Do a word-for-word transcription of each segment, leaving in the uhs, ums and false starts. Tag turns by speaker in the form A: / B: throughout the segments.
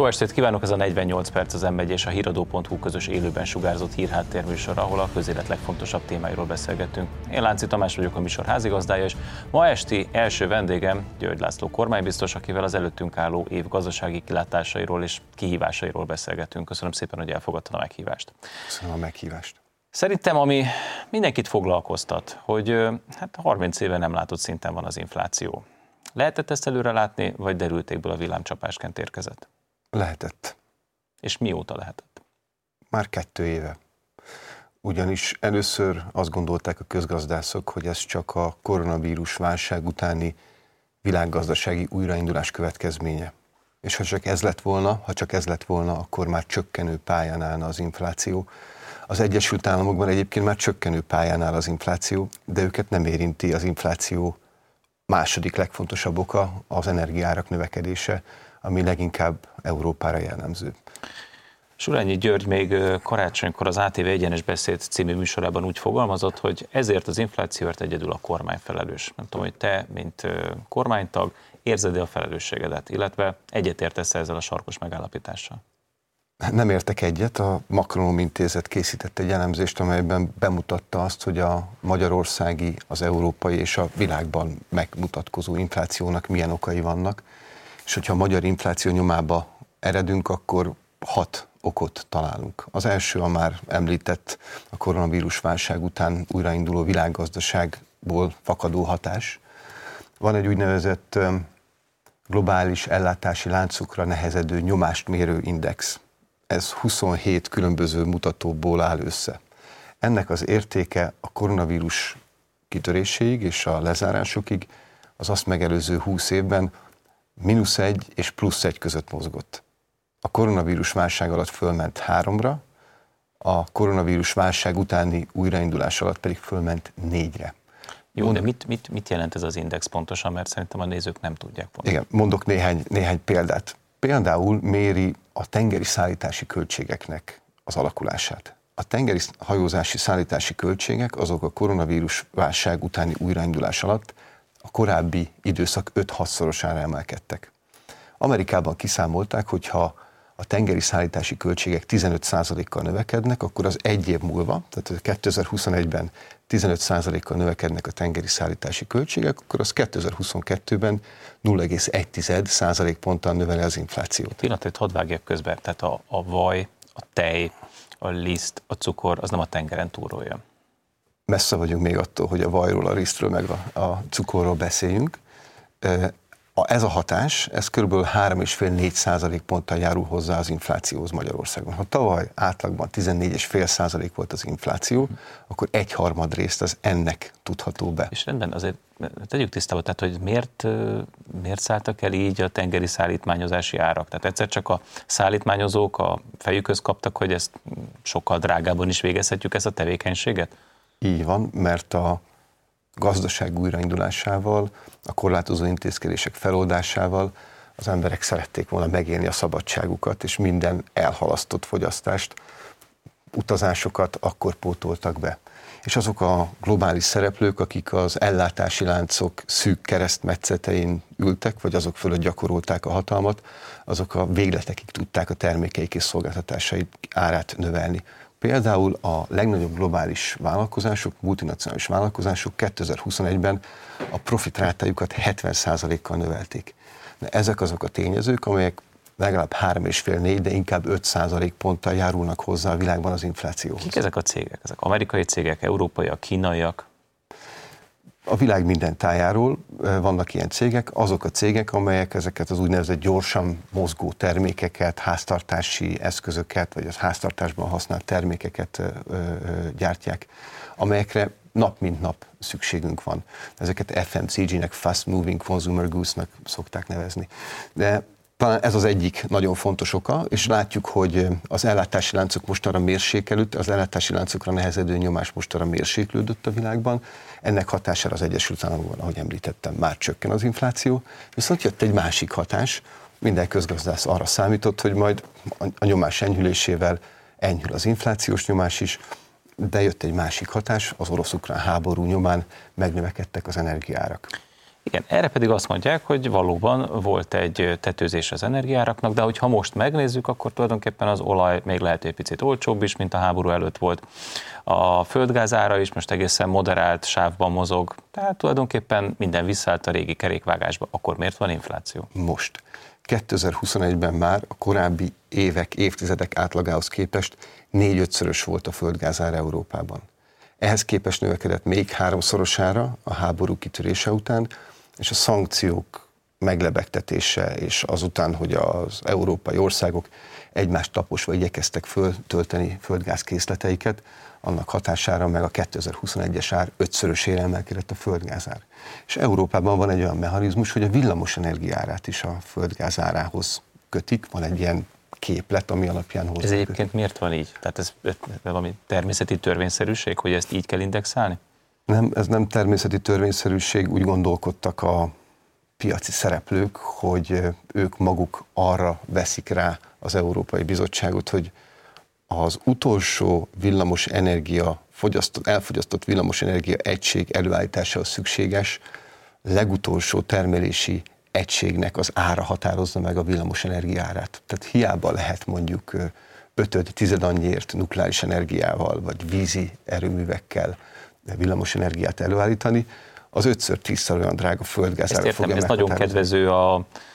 A: Jó estét kívánok, ez a negyvennyolc perc az em egy és a híradó pont hu közös élőben sugárzott hírháttérműsor, ahol a közélet legfontosabb témáiról beszélgetünk. Én Lánci Tamás vagyok, a műsor házigazdája, és ma esti első vendégem György László kormánybiztos, akivel az előttünk álló év gazdasági kilátásairól és kihívásairól beszélgetünk. Köszönöm szépen, hogy elfogadtad a meghívást.
B: Köszönöm a meghívást.
A: Szerintem, ami mindenkit foglalkoztat, hogy hát harminc éve nem látott szinten van az infláció. Lehetett ezt előre látni, vagy derültékből a villámcsapásként érkezett?
B: Lehetett.
A: És mióta lehetett?
B: Már kettő éve. Ugyanis először azt gondolták a közgazdászok, hogy ez csak a koronavírus válság utáni világgazdasági újraindulás következménye. És ha csak ez lett volna, ha csak ez lett volna, akkor már csökkenő pályán állna az infláció. Az Egyesült Államokban egyébként már csökkenő pályán áll az infláció, de őket nem érinti az infláció második legfontosabb oka, az energiaárak növekedése, ami leginkább Európára jellemző.
A: Surányi György még karácsonykor az á té vé Egyenes Beszéd című műsorában úgy fogalmazott, hogy ezért az inflációért egyedül a kormány felelős. Nem tudom, hogy te, mint kormánytag, érzed-e a felelősségedet, illetve egyetértesz ezzel a sarkos megállapítással?
B: Nem értek egyet, a Macron Intézet készített egy elemzést, amelyben bemutatta azt, hogy a magyarországi, az európai és a világban megmutatkozó inflációnak milyen okai vannak, és hogyha a magyar infláció nyomába eredünk, akkor hat okot találunk. Az első a már említett a koronavírus válság után újrainduló világgazdaságból fakadó hatás. Van egy úgynevezett globális ellátási láncokra nehezedő nyomást mérő index. Ez huszonhét különböző mutatóból áll össze. Ennek az értéke a koronavírus kitöréséig és a lezárásokig az azt megelőző húsz évben mínusz egy és plusz egy között mozgott. A koronavírus válság alatt fölment háromra, a koronavírus válság utáni újraindulás alatt pedig fölment négyre.
A: Jó, Mond... de mit, mit, mit jelent ez az index pontosan, mert szerintem a nézők nem tudják pontosan.
B: Igen, mondok néhány, néhány példát. Például méri a tengeri szállítási költségeknek az alakulását. A tengeri hajózási szállítási költségek azok a koronavírus válság utáni újraindulás alatt a korábbi időszak öt-hatszorosára emelkedtek. Amerikában kiszámolták, hogy ha a tengeri szállítási költségek tizenöt százalékkal növekednek, akkor az egy év múlva, tehát kétezer-huszonegyben tizenöt százalékkal növekednek a tengeri szállítási költségek, akkor az kétezer-huszonkettőben nulla egész egy százalékponttal növeli az inflációt.
A: Pillanat, hadd vágjak közben, tehát a, a vaj, a tej, a liszt, a cukor, az nem a tengeren túlról jön.
B: Messze vagyunk még attól, hogy a vajról, a lisztről, meg a, a cukorról beszéljünk. Ez a hatás, ez kb. három egész öt-négy százalékponttal járul hozzá az inflációhoz Magyarországon. Ha tavaly átlagban tizennégy egész öt százalék volt az infláció, akkor egyharmad részt az ennek tudható be.
A: És rendben, azért tegyük tisztába, tehát hogy miért, miért szálltak el így a tengeri szállítmányozási árak? Tehát egyszer csak a szállítmányozók a fejükhöz kaptak, hogy ezt sokkal drágában is végezhetjük ezt a tevékenységet?
B: Így van, mert a gazdaság újraindulásával, a korlátozó intézkedések feloldásával az emberek szerették volna megélni a szabadságukat, és minden elhalasztott fogyasztást, utazásokat akkor pótoltak be. És azok a globális szereplők, akik az ellátási láncok szűk keresztmetszetein ültek, vagy azok fölött gyakorolták a hatalmat, azok a végletekig tudták a termékeik és szolgáltatásaik árát növelni. Például a legnagyobb globális vállalkozások, multinacionális vállalkozások kétezer-huszonegyben a profitrátájukat hetven százalékkal növelték. De ezek azok a tényezők, amelyek legalább három egész öt-négy, de inkább öt százalékponttal járulnak hozzá a világban az inflációhoz.
A: Kik ezek a cégek? Ezek amerikai cégek, európaiak, kínaiak?
B: A világ minden tájáról vannak ilyen cégek, azok a cégek, amelyek ezeket az úgynevezett gyorsan mozgó termékeket, háztartási eszközöket, vagy az háztartásban használt termékeket gyártják, amelyekre nap mint nap szükségünk van. Ezeket ef em cé gé-nek, Fast Moving Consumer Goods-nak szokták nevezni. De talán ez az egyik nagyon fontos oka, és látjuk, hogy az ellátási láncok mostanra mérsékelődött, az ellátási láncokra nehezedő nyomás mostanra mérséklődött a világban. Ennek hatására az Egyesült Államokban, ahogy említettem, már csökken az infláció. Viszont jött egy másik hatás, minden közgazdász arra számított, hogy majd a nyomás enyhülésével enyhül az inflációs nyomás is, de jött egy másik hatás, az orosz-ukrán háború nyomán megnövekedtek az energiaárak.
A: Igen, erre pedig azt mondják, hogy valóban volt egy tetőzés az energiáraknak, de hogyha most megnézzük, akkor tulajdonképpen az olaj még lehet egy picit olcsóbb is, mint a háború előtt volt. A földgáz ára is most egészen moderált sávban mozog, tehát tulajdonképpen minden visszaállt a régi kerékvágásba. Akkor miért van infláció?
B: Most. kétezer-huszonegyben már a korábbi évek, évtizedek átlagához képest négy-ötszörös volt a földgáz-ár Európában. Ehhez képest növekedett még háromszorosára a háború kitörése után, és a szankciók meglebegtetése, és azután, hogy az európai országok egymást taposva igyekeztek föltölteni földgázkészleteiket, annak hatására meg a kétezer-huszonegyes ár ötszörösére emelkedett a földgázár. És Európában van egy olyan mechanizmus, hogy a villamos energiárát is a földgáz árához kötik, van egy ilyen képlet, ami alapján hozzá.
A: Ez egyébként miért van így? Tehát ez valami természeti törvényszerűség, hogy ezt így kell indexálni?
B: Nem, ez nem természeti törvényszerűség, úgy gondolkodtak a piaci szereplők, hogy ők maguk arra veszik rá az Európai Bizottságot, hogy az utolsó villamos energia, elfogyasztott villamos energia egység előállításához szükséges legutolsó termelési egységnek az ára határozza meg a villamos energia árát. Tehát hiába lehet mondjuk ötöd, tized annyiért nukleáris energiával, vagy vízi erőművekkel villamos energiát előállítani, az ötször, tízszer olyan drága földgázára fogja
A: meghatározni. Ez nagyon kedvező a,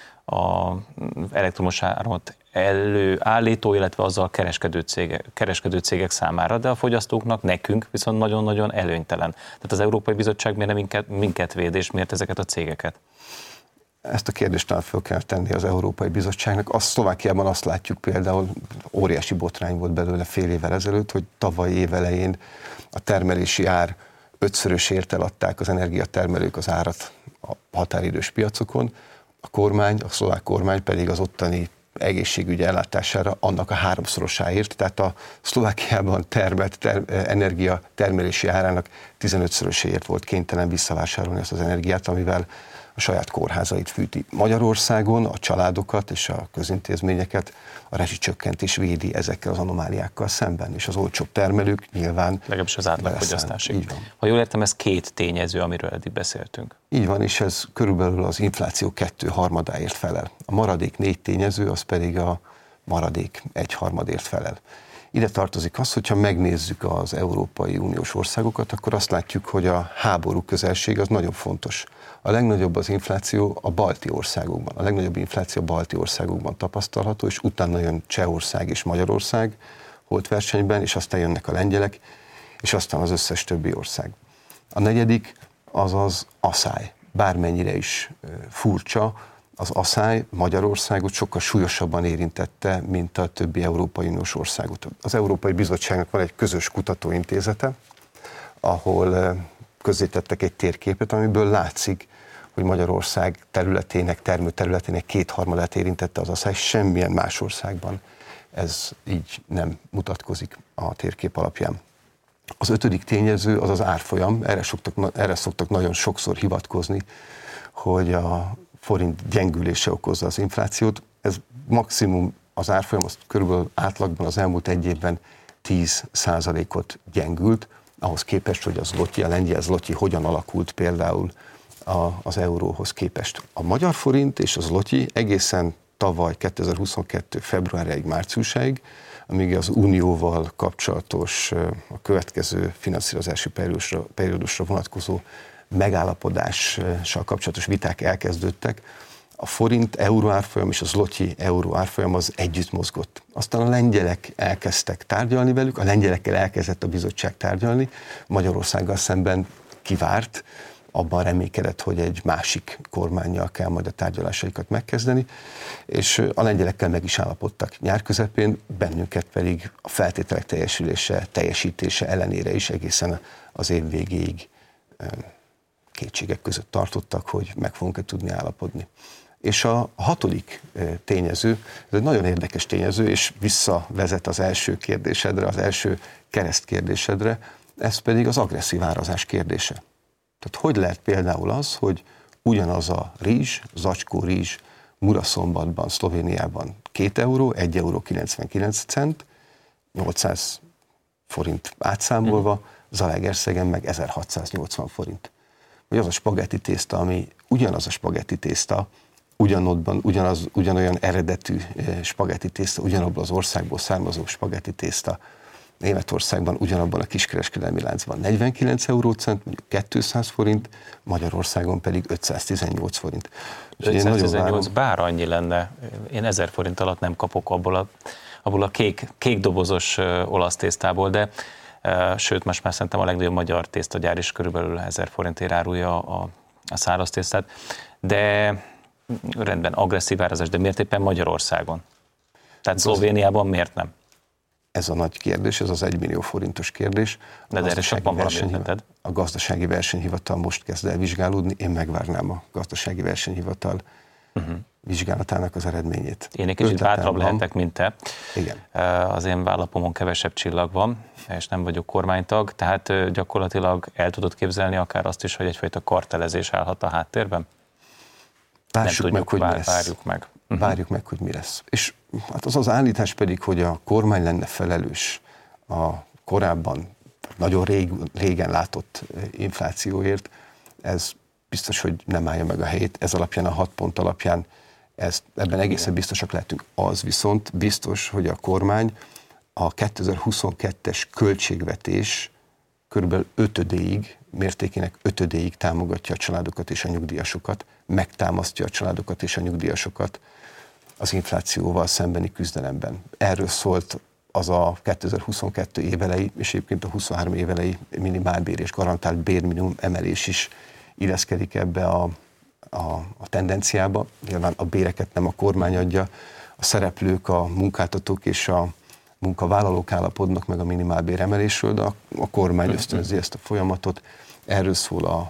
A: a elektromos áramot előállító, illetve azzal kereskedő cégek, kereskedő cégek számára, de a fogyasztóknak, nekünk viszont nagyon-nagyon előnytelen. Tehát az Európai Bizottság miért nem minket, minket véd, és miért ezeket a cégeket?
B: Ezt a kérdést talán föl kell tenni az Európai Bizottságnak. Azt Szlovákiában azt látjuk például, óriási botrány volt belőle fél évvel ezelőtt, hogy tavaly év elején a termelési ár ötszörösért eladták az energiatermelők az árat a határidős piacokon, a kormány, a szlovák kormány pedig az ottani egészségügyi ellátására annak a háromszorosáért, tehát a Szlovákiában termelt ter- energia termelési árának tizenötszöröséért volt kénytelen visszavásárolni ezt az energiát, amivel a saját kórházait fűti. Magyarországon a családokat és a közintézményeket a rezsicsökkentés védi ezekkel az anomáliákkal szemben, és az olcsóbb termelők nyilván... Legalábbis az
A: átlagfogyasztásig. Ha jól értem, ez két tényező, amiről eddig beszéltünk.
B: Így van, és ez körülbelül az infláció kettő harmadáért felel. A maradék négy tényező, az pedig a maradék egy harmadért felel. Ide tartozik az, hogyha megnézzük az Európai Uniós országokat, akkor azt látjuk, hogy a háború közelség az nagyon fontos. A legnagyobb az infláció a balti országokban. A legnagyobb infláció a balti országokban tapasztalható, és utána jön Csehország és Magyarország holt versenyben, és aztán jönnek a lengyelek, és aztán az összes többi ország. A negyedik az az aszály. Bármennyire is furcsa, az aszály Magyarországot sokkal súlyosabban érintette, mint a többi Európai Uniós országot. Az Európai Bizottságnak van egy közös kutatóintézete, ahol közzétettek egy térképet, amiből látszik, hogy Magyarország területének, termőterületének kétharmadát érintette az aszály, semmilyen más országban ez így nem mutatkozik a térkép alapján. Az ötödik tényező az az árfolyam, erre szoktak, erre szoktak nagyon sokszor hivatkozni, hogy a forint gyengülése okozza az inflációt. Ez maximum az árfolyam, az körülbelül átlagban az elmúlt egy évben tíz százalékot gyengült, ahhoz képest, hogy a zloty, a lengyel zloty hogyan alakult például a, az euróhoz képest. A magyar forint és a zloty egészen tavaly kétezer-huszonkettő februárjáig, márciusáig, amíg az unióval kapcsolatos a következő finanszírozási periódusra, periódusra vonatkozó megállapodással kapcsolatos viták elkezdődtek, a forint euró árfolyam és a zloty euró árfolyam az együtt mozgott. Aztán a lengyelek elkezdtek tárgyalni velük, a lengyelekkel elkezdett a bizottság tárgyalni, Magyarországgal szemben kivárt, abban reménykedett, hogy egy másik kormánnyal kell majd a tárgyalásaikat megkezdeni, és a lengyelekkel meg is állapodtak nyár közepén, bennünket pedig a feltételek teljesülése, teljesítése ellenére is egészen az év végéig kétségek között tartottak, hogy meg fogunk-e tudni állapodni. És a hatodik tényező, ez egy nagyon érdekes tényező, és visszavezet az első kérdésedre, az első keresztkérdésedre, ez pedig az agresszív árazás kérdése. Tehát hogy lehet például az, hogy ugyanaz a rizs, zacskó rizs Muraszombatban, Szlovéniában két euró, egy euró kilencvenkilenc cent, nyolcszáz forint átszámolva, Zalaegerszegen meg ezerhatszáznyolcvan forint. Vagy az a spagetti tészta, ami ugyanaz a spagetti tészta, ugyanodban, ugyanaz, ugyanolyan eredetű spagetti tészta, ugyanabban az országból származó spagetti tészta, Németországban ugyanabban a kiskereskedelmi láncban negyvenkilenc eurócent, mondjuk kétszáz forint, Magyarországon pedig ötszáztizennyolc forint.
A: ötszáztizennyolc, bár annyi lenne, én ezer forint alatt nem kapok abból a, abból a kék, kék dobozos olasz tésztából, de sőt, most már szerintem a legnagyobb magyar tésztagyár is körülbelül ezer forintért árulja a, a száraz tésztát, de rendben, agresszív árazás, de miért éppen Magyarországon? Tehát Szlovéniában miért nem?
B: Ez a nagy kérdés, ez az egymillió forintos kérdés. A
A: de erre csak van valami
B: A gazdasági versenyhivatal most kezd el vizsgálódni, én megvárnám a gazdasági versenyhivatal uh-huh. vizsgálatának az eredményét.
A: Én egy kicsit bátrabb lehetek, mint te.
B: Igen.
A: Az én vállapomon kevesebb csillag van, és nem vagyok kormánytag, tehát gyakorlatilag el tudod képzelni akár azt is, hogy egyfajta kartelezés állhat a háttérben?
B: Lássuk meg, hogy
A: vár,
B: mi lesz.
A: Várjuk meg. Uh-huh.
B: Várjuk meg, hogy mi lesz. És hát az az állítás pedig, hogy a kormány lenne felelős a korábban, nagyon rég, régen látott inflációért, ez biztos, hogy nem állja meg a helyét. Ez alapján, a hat pont alapján ezt, ebben egészen biztosak lehetünk. Az viszont biztos, hogy a kormány a kétezer-huszonkettes költségvetés körülbelül ötödéig, mértékének ötödéig támogatja a családokat és a nyugdíjasokat, megtámasztja a családokat és a nyugdíjasokat az inflációval szembeni küzdelemben. Erről szólt az a kétezer-huszonkettő évelei, és egyébként a huszonhárom évelei minimálbér és garantált bérminimum emelés is illeszkedik ebbe a, a, a tendenciába. Nyilván a béreket nem a kormány adja, a szereplők, a munkáltatók és a munkavállalók állapodnak meg a minimálbér emelésről, de a, a kormány ösztönzi ezt a folyamatot. Erről szól a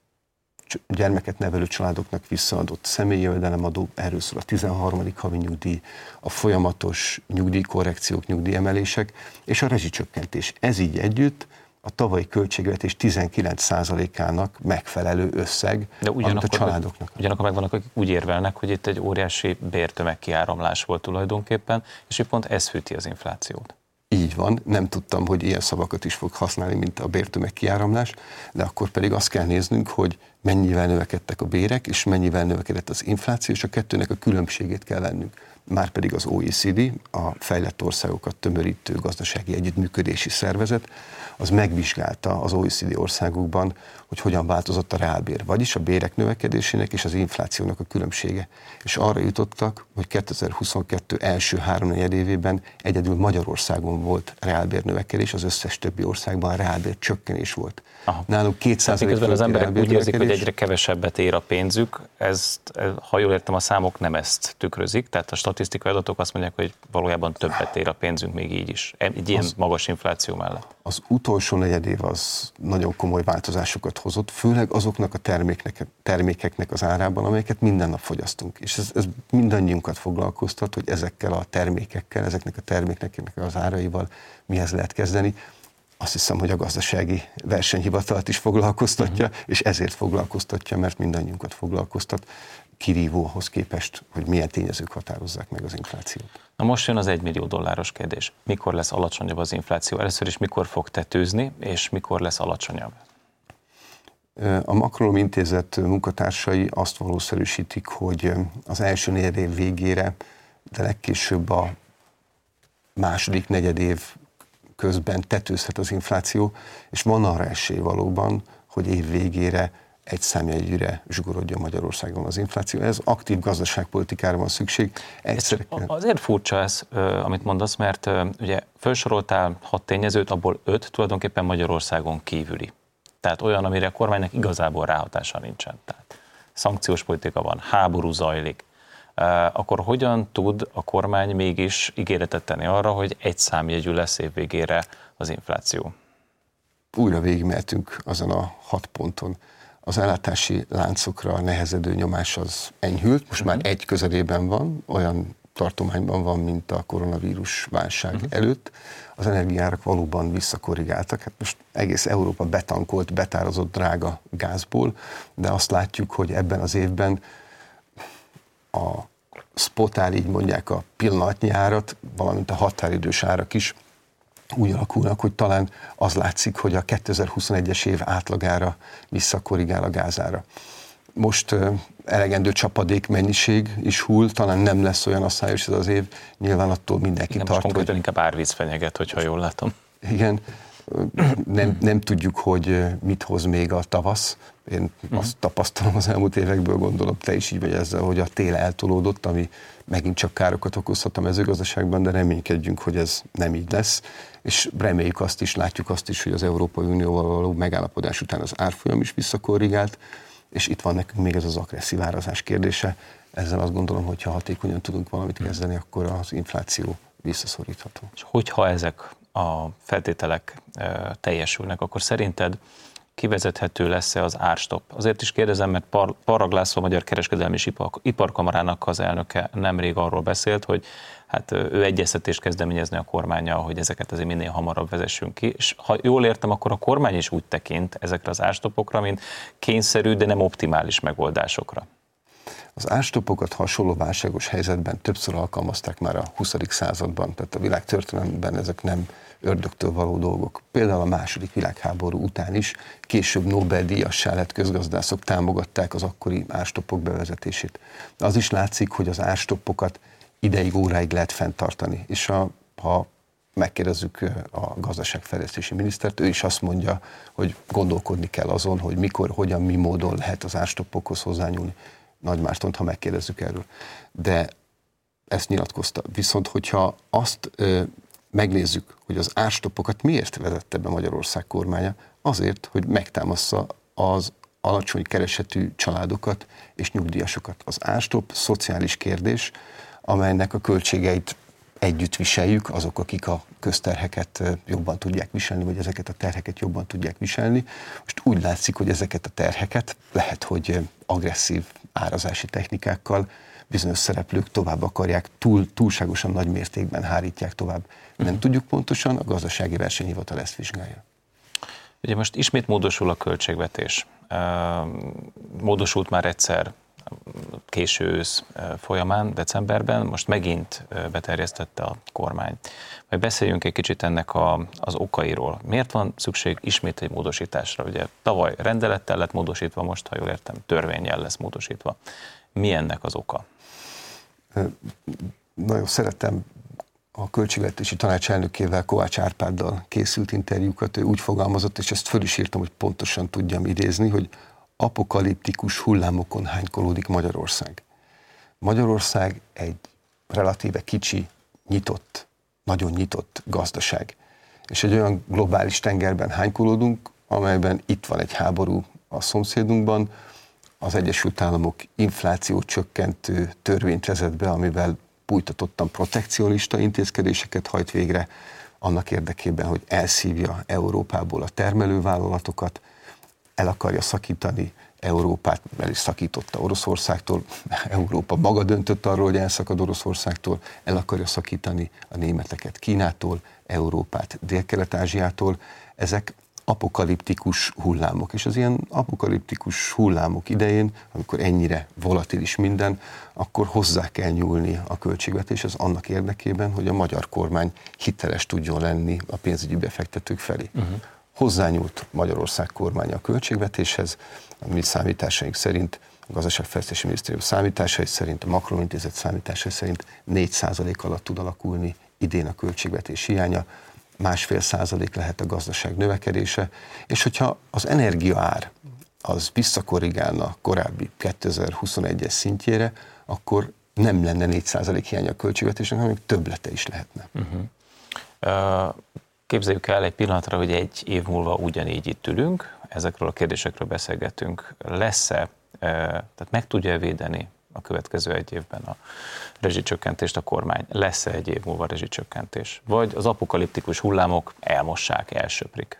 B: gyermeket nevelő családoknak visszaadott személyi jövedelemadó, erről szól a tizenharmadik havi nyugdíj, a folyamatos nyugdíjkorrekciók, nyugdíjemelések és a rezsicsökkentés. Ez így együtt a tavalyi költségvetés tizenkilenc százalékának megfelelő összeg,
A: de
B: amit a családoknak.
A: Ugyanakkor meg vannak, akik úgy érvelnek, hogy itt egy óriási bértömegkiáramlás volt tulajdonképpen, és pont ez fűti az inflációt.
B: Így van, nem tudtam, hogy ilyen szavakat is fog használni, mint a bértömeg kiáramlás, de akkor pedig azt kell néznünk, hogy mennyivel növekedtek a bérek, és mennyivel növekedett az infláció, és a kettőnek a különbségét kell vennünk. Márpedig az o e cé dé, a fejlett országokat tömörítő gazdasági együttműködési szervezet, az megvizsgálta az o e cé dé országokban, hogy hogyan változott a reálbér, vagyis a bérek növekedésének és az inflációnak a különbsége. És arra jutottak, hogy kétezer-huszonkettő első háromnegyed évében egyedül Magyarországon volt reálbér növekedés, az összes többi országban reálbér csökkenés volt. Aha. Nálunk két százalék
A: közben az emberek úgy érzik, hogy egyre kevesebbet ér a pénzük, ezt, ha jól értem, a számok nem ezt tükrözik, tehát a statisztikai adatok azt mondják, hogy valójában többet ér a pénzünk még így is, egy ilyen az, magas infláció mellett.
B: Az utolsó negyed év az nagyon komoly változásokat hozott, főleg azoknak a terméknek, termékeknek az árában, amelyeket minden nap fogyasztunk. És ez, ez mindannyiunkat foglalkoztat, hogy ezekkel a termékekkel, ezeknek a termékeknek az áraival mihez lehet kezdeni. Azt hiszem, hogy a gazdasági versenyhivatalt is foglalkoztatja, uh-huh. és ezért foglalkoztatja, mert mindannyiunkat foglalkoztat, kirívóhoz képest, hogy milyen tényezők határozzák meg az inflációt.
A: Na most jön az egymillió dolláros kérdés. Mikor lesz alacsonyabb az infláció? Először is mikor fog tetőzni, és mikor lesz alacsonyabb?
B: A Makronom Intézet munkatársai azt valószínűsítik, hogy az első negyedév végére, de legkésőbb a második negyedév közben tetőzhet az infláció, és van arra esély valóban, hogy év végére egy számjegyűre zsugorodjon Magyarországon az infláció. Ez aktív gazdaságpolitikára van szükség.
A: Egyszerre azért furcsa ez, amit mondasz, mert ugye felsoroltál hat tényezőt, abból öt tulajdonképpen Magyarországon kívüli. Tehát olyan, amire a kormánynak igazából ráhatása nincsen. Tehát szankciós politika van, háború zajlik. Akkor hogyan tud a kormány mégis ígéretet tenni arra, hogy egy számjegyű lesz év végére az infláció?
B: Újra végigmehetünk azon a hat ponton. Az ellátási láncokra nehezedő nyomás az enyhült, most uh-huh. már egy közelében van, olyan tartományban van, mint a koronavírus válság uh-huh. előtt. Az energiárak valóban visszakorrigáltak. Hát most egész Európa betankolt, betározott drága gázból, de azt látjuk, hogy ebben az évben a spotár, így mondják, a pillanatnyi árat, valamint a határidős árak is úgy alakulnak, hogy talán az látszik, hogy a kétezer-huszonegyes év átlagára visszakorrigál a gázára. most elegendő csapadék mennyiség is hull, talán nem lesz olyan asszályos ez az év, nyilván attól mindenki
A: igen,
B: tart.
A: Most konkrétan hogy... inkább árvíz fenyeget, hogyha jól látom.
B: Igen, nem, nem tudjuk, hogy mit hoz még a tavasz. Én uh-huh. azt tapasztalom az elmúlt évekből, gondolom, te is így vagy ezzel, hogy a tél eltolódott, ami megint csak károkat okozhat a mezőgazdaságban, de reménykedjünk, hogy ez nem így lesz. És reméljük azt is, látjuk azt is, hogy az Európai Unióval való megállapodás után az árfolyam is visszakorrigált, és itt van nekünk még ez az agresszív árazás kérdése. Ezzel azt gondolom, hogy ha hatékonyan tudunk valamit kezdeni, akkor az infláció visszaszorítható.
A: És hogyha ezek a feltételek e, teljesülnek, akkor szerinted kivezethető lesz-e az árstopp? Azért is kérdezem, mert Par- Parag László, Magyar Kereskedelmi és Ipar- Iparkamarának az elnöke nemrég arról beszélt, hogy hát ő egyeztetést kezdeményezni a kormánnyal, hogy ezeket azért minél hamarabb vezessünk ki, és ha jól értem, akkor a kormány is úgy tekint ezekre az árstoppokra, mint kényszerű, de nem optimális megoldásokra.
B: Az árstoppokat hasonló válságos helyzetben többször alkalmazták már a huszadik században, tehát a világ történelemben ezek nem ördögtől való dolgok. Például a második világháború után is később Nobel-díjassá lett közgazdászok támogatták az akkori árstoppok bevezetését. De az is látszik, hogy az árstoppokat ideig, óráig lehet fenntartani, és a, ha megkérdezzük a gazdaságfejlesztési minisztert, ő is azt mondja, hogy gondolkodni kell azon, hogy mikor, hogyan, mi módon lehet az árstoppokhoz hozzányúlni. Nagy Mártont, ha megkérdezzük erről. De ezt nyilatkozta. Viszont, hogyha azt ö, megnézzük, hogy az árstoppokat miért vezette be Magyarország kormánya, azért, hogy megtámassza az alacsony keresetű családokat és nyugdíjasokat. Az árstopp szociális kérdés, amelynek a költségeit együtt viseljük, azok, akik a közterheket jobban tudják viselni, vagy ezeket a terheket jobban tudják viselni. Most úgy látszik, hogy ezeket a terheket lehet, hogy agresszív árazási technikákkal bizonyos szereplők tovább akarják, túl, túlságosan nagy mértékben hárítják tovább. Nem tudjuk pontosan, a gazdasági versenyhivatal ezt vizsgálja.
A: Ugye most ismét módosul a költségvetés. Módosult már egyszer késő ősz folyamán, decemberben, most megint beterjesztette a kormány. Majd beszéljünk egy kicsit ennek a, az okairól. Miért van szükség ismét egy módosításra? Ugye tavaly rendelettel lett módosítva, most, ha jól értem, törvénnyel lesz módosítva. Mi ennek az oka?
B: Nagyon szeretem a Költségvetési Tanács elnökével, Kovács Árpáddal készült interjúkat. Ő úgy fogalmazott, és ezt föl is írtam, hogy pontosan tudjam idézni, hogy apokaliptikus hullámokon hánykolódik Magyarország. Magyarország egy relatíve kicsi, nyitott, nagyon nyitott gazdaság. És egy olyan globális tengerben hánykolódunk, amelyben itt van egy háború a szomszédunkban, az Egyesült Államok infláció csökkentő törvényt vezet be, amivel bújtatottan protekcionista intézkedéseket hajt végre, annak érdekében, hogy elszívja Európából a termelővállalatokat, el akarja szakítani Európát, el is szakította Oroszországtól, Európa maga döntött arról, hogy elszakad Oroszországtól, el akarja szakítani a németeket Kínától, Európát Dél-Kelet-Ázsiától. Ezek apokaliptikus hullámok, és az ilyen apokaliptikus hullámok idején, amikor ennyire volatilis minden, akkor hozzá kell nyúlni a költségvetéshez annak érdekében, hogy a magyar kormány hiteles tudjon lenni a pénzügyi befektetők felé. Uh-huh. Hozzányúlt Magyarország kormánya a költségvetéshez, a mi számításaink szerint, a Gazdaságfejlesztési Minisztérium számításai szerint, a Macron Intézet számításai szerint négy százalék alatt tud alakulni idén a költségvetés hiánya, másfél százalék lehet a gazdaság növekedése, és hogyha az energiaár az visszakorrigálna korábbi kétezer-huszonegyes szintjére, akkor nem lenne négy százalék hiánya a költségvetésnek, hanem többlete is lehetne. Uh-huh.
A: Uh, képzeljük el egy pillanatra, hogy egy év múlva ugyanígy itt ülünk, ezekről a kérdésekről beszélgetünk. Lesz-e, uh, tehát meg tudja védeni a következő egy évben a rezsicsökkentést a kormány? Lesz-e egy év múlva rezsicsökkentés? Vagy az apokaliptikus hullámok elmossák, elsöprik?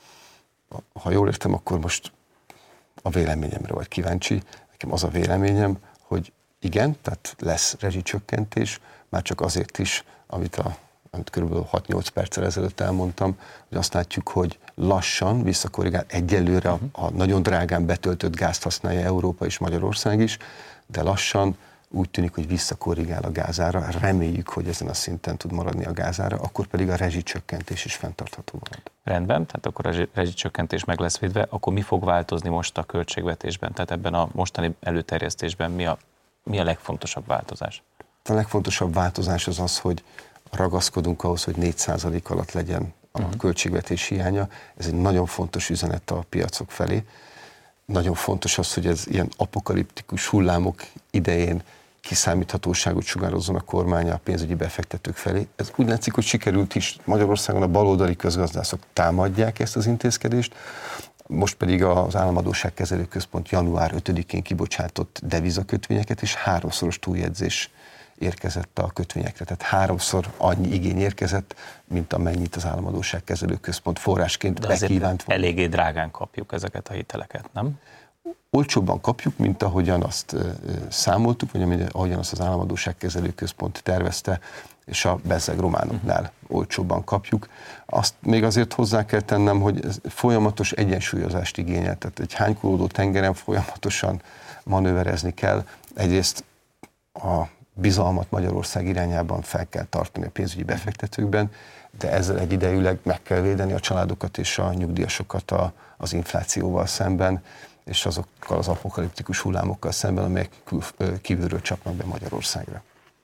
B: Ha jól értem, akkor most a véleményemre vagy kíváncsi. Nekem az a véleményem, hogy igen, tehát lesz rezsicsökkentés, már csak azért is, amit, a, amit kb. hat-nyolc perccel ezelőtt elmondtam, hogy azt látjuk, hogy lassan visszakorrigál. Egyelőre uh-huh. a, a nagyon drágán betöltött gázt használja Európa és Magyarország is, de lassan úgy tűnik, hogy visszakorrigál a gázára, reméljük, hogy ezen a szinten tud maradni a gázára, akkor pedig a rezsicsökkentés is fenntartható marad.
A: Rendben, tehát akkor a rezsicsökkentés meg lesz védve, akkor mi fog változni most a költségvetésben, tehát ebben a mostani előterjesztésben mi a, mi a legfontosabb változás? A
B: legfontosabb változás az az, hogy ragaszkodunk ahhoz, hogy négy százalék alatt legyen a uh-huh. költségvetés hiánya. Ez egy nagyon fontos üzenet a piacok felé. Nagyon fontos az, hogy ez ilyen apokaliptikus hullámok idején kiszámíthatóságot sugározzon a kormány a pénzügyi befektetők felé. Ez úgy látszik, hogy sikerült is. Magyarországon a baloldali közgazdászok támadják ezt az intézkedést, most pedig az Államadósságkezelő Központ január ötödikén kibocsátott devizakötvényeket, és háromszoros túljegyzés érkezett a kötvényekre. Tehát háromszor annyi igény érkezett, mint amennyit az Államadósságkezelő Központ forrásként bekívánt volna.
A: Eléggé drágán kapjuk ezeket a hiteleket, nem?
B: Olcsóbban kapjuk, mint ahogyan azt számoltuk, vagy ahogyan azt az Államadósságkezelő Központ tervezte, és a bezzeg románoknál uh-huh. olcsóbban kapjuk. Azt még azért hozzá kell tennem, hogy ez folyamatos egyensúlyozást igényel, tehát egy hánykolódó tengeren folyamatosan manőverezni kell. Egyrészt a bizalmat Magyarország irányában fel kell tartani a pénzügyi befektetőkben, de ezzel egyidejűleg meg kell védeni a családokat és a nyugdíjasokat a, az inflációval szemben, és azokkal az apokaliptikus hullámokkal szemben, amelyek kívülről csapnak be Magyarországra.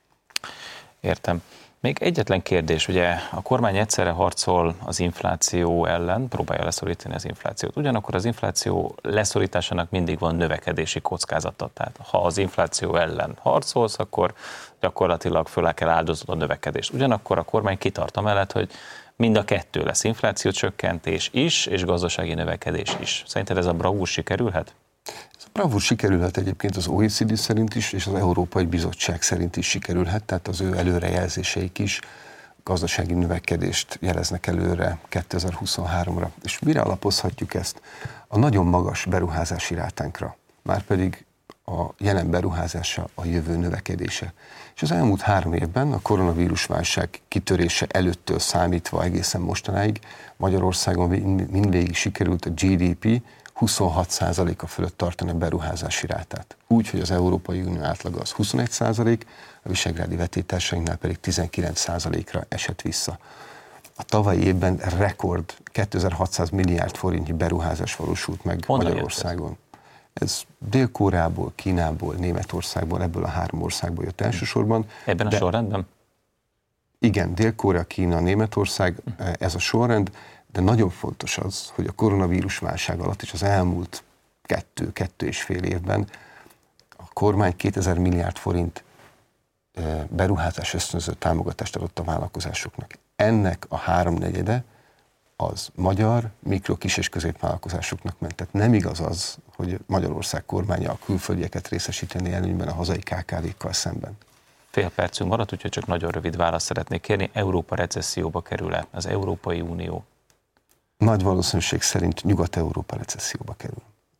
A: Értem. Még egyetlen kérdés, ugye a kormány egyszerre harcol az infláció ellen, próbálja leszorítani az inflációt. Ugyanakkor az infláció leszorításának mindig van növekedési kockázata. Tehát ha az infláció ellen harcolsz, akkor gyakorlatilag föl kell áldozod a növekedést. Ugyanakkor a kormány kitart amellett, hogy mind a kettő lesz, inflációcsökkentés is, és gazdasági növekedés is. Szerinted ez a bravúr sikerülhet?
B: Ez a bravúr sikerülhet egyébként az o e cé dé szerint is, és az Európai Bizottság szerint is sikerülhet, tehát az ő előrejelzéseik is gazdasági növekedést jeleznek előre kétezer-huszonháromra. És mire alapozhatjuk ezt? A nagyon magas beruházási rátánkra, márpedig a jelen beruházása a jövő növekedése. És az elmúlt három évben a koronavírus válság kitörése előttől számítva egészen mostanáig Magyarországon mindvégig sikerült a gé dé pé huszonhat százaléka fölött tartani a beruházási rátát. Úgy, hogy az Európai Unió átlaga az huszonegy százalék, a visegrádi vetétársainknál pedig tizenkilenc százalékra esett vissza. A tavalyi évben rekord kétezer-hatszáz milliárd forintnyi beruházás valósult meg Honnan Magyarországon. Ez Dél-Koreából, Kínából, Németországból, ebből a három országból jött elsősorban.
A: Ebben a de, sorrendben?
B: Igen, Dél-Korea, Kína, Németország, ez a sorrend, de nagyon fontos az, hogy a koronavírus válság alatt és az elmúlt kettő, kettő és fél évben a kormány kétezer milliárd forint beruházás ösztönző támogatást adott a vállalkozásoknak. Ennek a háromnegyede az magyar mikro, kis és középvállalkozásoknak ment. Tehát nem igaz az, hogy Magyarország kormánya a külföldieket részesíteni előnyben a hazai ká ká vékkal szemben.
A: Fél percünk maradt, úgyhogy csak nagyon rövid választ szeretnék kérni. Európa recesszióba kerül-e? Az Európai Unió?
B: Nagy valószínűség szerint Nyugat-Európa recesszióba kerül.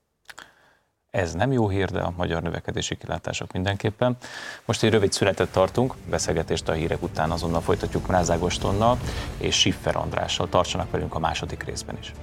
A: Ez nem jó hír, de a magyar növekedési kilátások mindenképpen. Most egy rövid szünetet tartunk, beszélgetést a hírek után azonnal folytatjuk Mráz Ágostonnal és Schiffer Andrással. Tartsanak velünk a második részben is.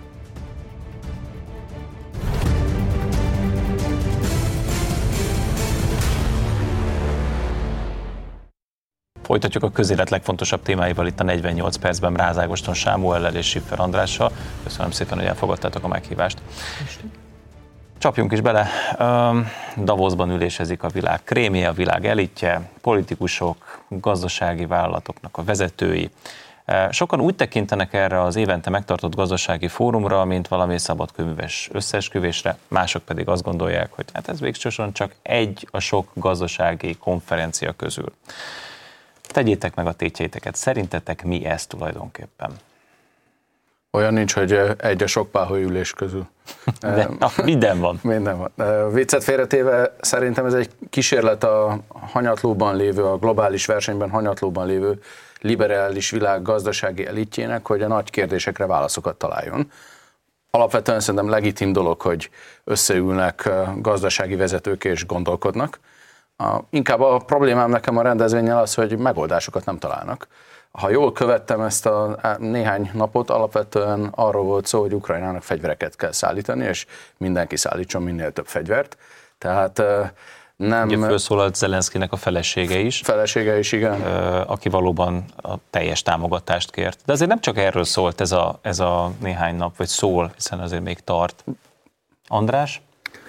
A: Folytatjuk a közélet legfontosabb témáival itt a negyvennyolc percben Mráz Ágoston Sámuellel és Schiffer Andrással. Köszönöm szépen, hogy elfogadtátok a meghívást. Csapjunk is bele. Davosban ülésezik a világ krémje, a világ elitje, politikusok, gazdasági vállalatoknak a vezetői. Sokan úgy tekintenek erre az évente megtartott gazdasági fórumra, mint valami szabadkőműves összeesküvésre, mások pedig azt gondolják, hogy hát ez végsősorban csak egy a sok gazdasági konferencia közül. Tegyétek meg a tétjeiteket, szerintetek mi ez tulajdonképpen?
C: Olyan nincs, hogy egy a sok páholyülés közül.
A: De, na, minden van.
C: Minden van. Viccet félretéve szerintem ez egy kísérlet a hanyatlóban lévő, a globális versenyben hanyatlóban lévő liberális világ gazdasági elitjének, hogy a nagy kérdésekre válaszokat találjon. Alapvetően szerintem legitim dolog, hogy összeülnek gazdasági vezetők és gondolkodnak. Inkább a problémám nekem a rendezvényen az, hogy megoldásokat nem találnak. Ha jól követtem ezt a néhány napot, alapvetően arról volt szó, hogy Ukrajnának fegyvereket kell szállítani, és mindenki szállítson minél több fegyvert. Tehát Nem.
A: Ugye felszólalt Zelenszkinek a felesége is.
C: Felesége is, igen.
A: Aki valóban a teljes támogatást kért. De azért nem csak erről szólt ez a, ez a néhány nap, vagy szól, hiszen azért még tart. András?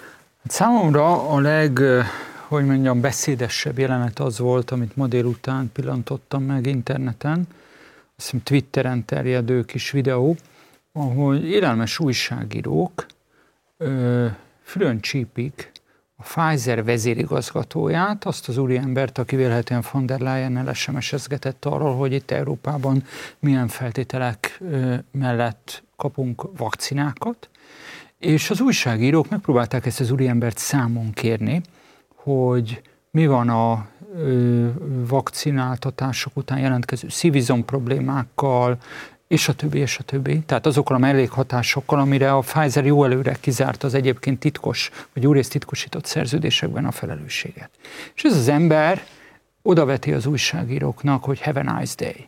D: Számomra a leg, hogy mondjam, beszédesebb jelenet az volt, amit ma délután pillantottam meg interneten, azt hiszem Twitteren terjedő kis videó, ahol élelmes újságírók ö, fülön csípik a Pfizer vezérigazgatóját, azt az úriembert, aki vélhetően von der Leyennel es em es-ezgetett arról, hogy itt Európában milyen feltételek ö, mellett kapunk vakcinákat, és az újságírók megpróbálták ezt az úriembert számon kérni, hogy mi van a ö, vakcináltatások után jelentkező szívizom problémákkal, és a többi, és a többi. Tehát azokkal a mellékhatásokkal, amire a Pfizer jó előre kizárt az egyébként titkos, vagy jó részt titkosított szerződésekben a felelősséget. És ez az ember odaveti az újságíróknak, hogy have a nice day.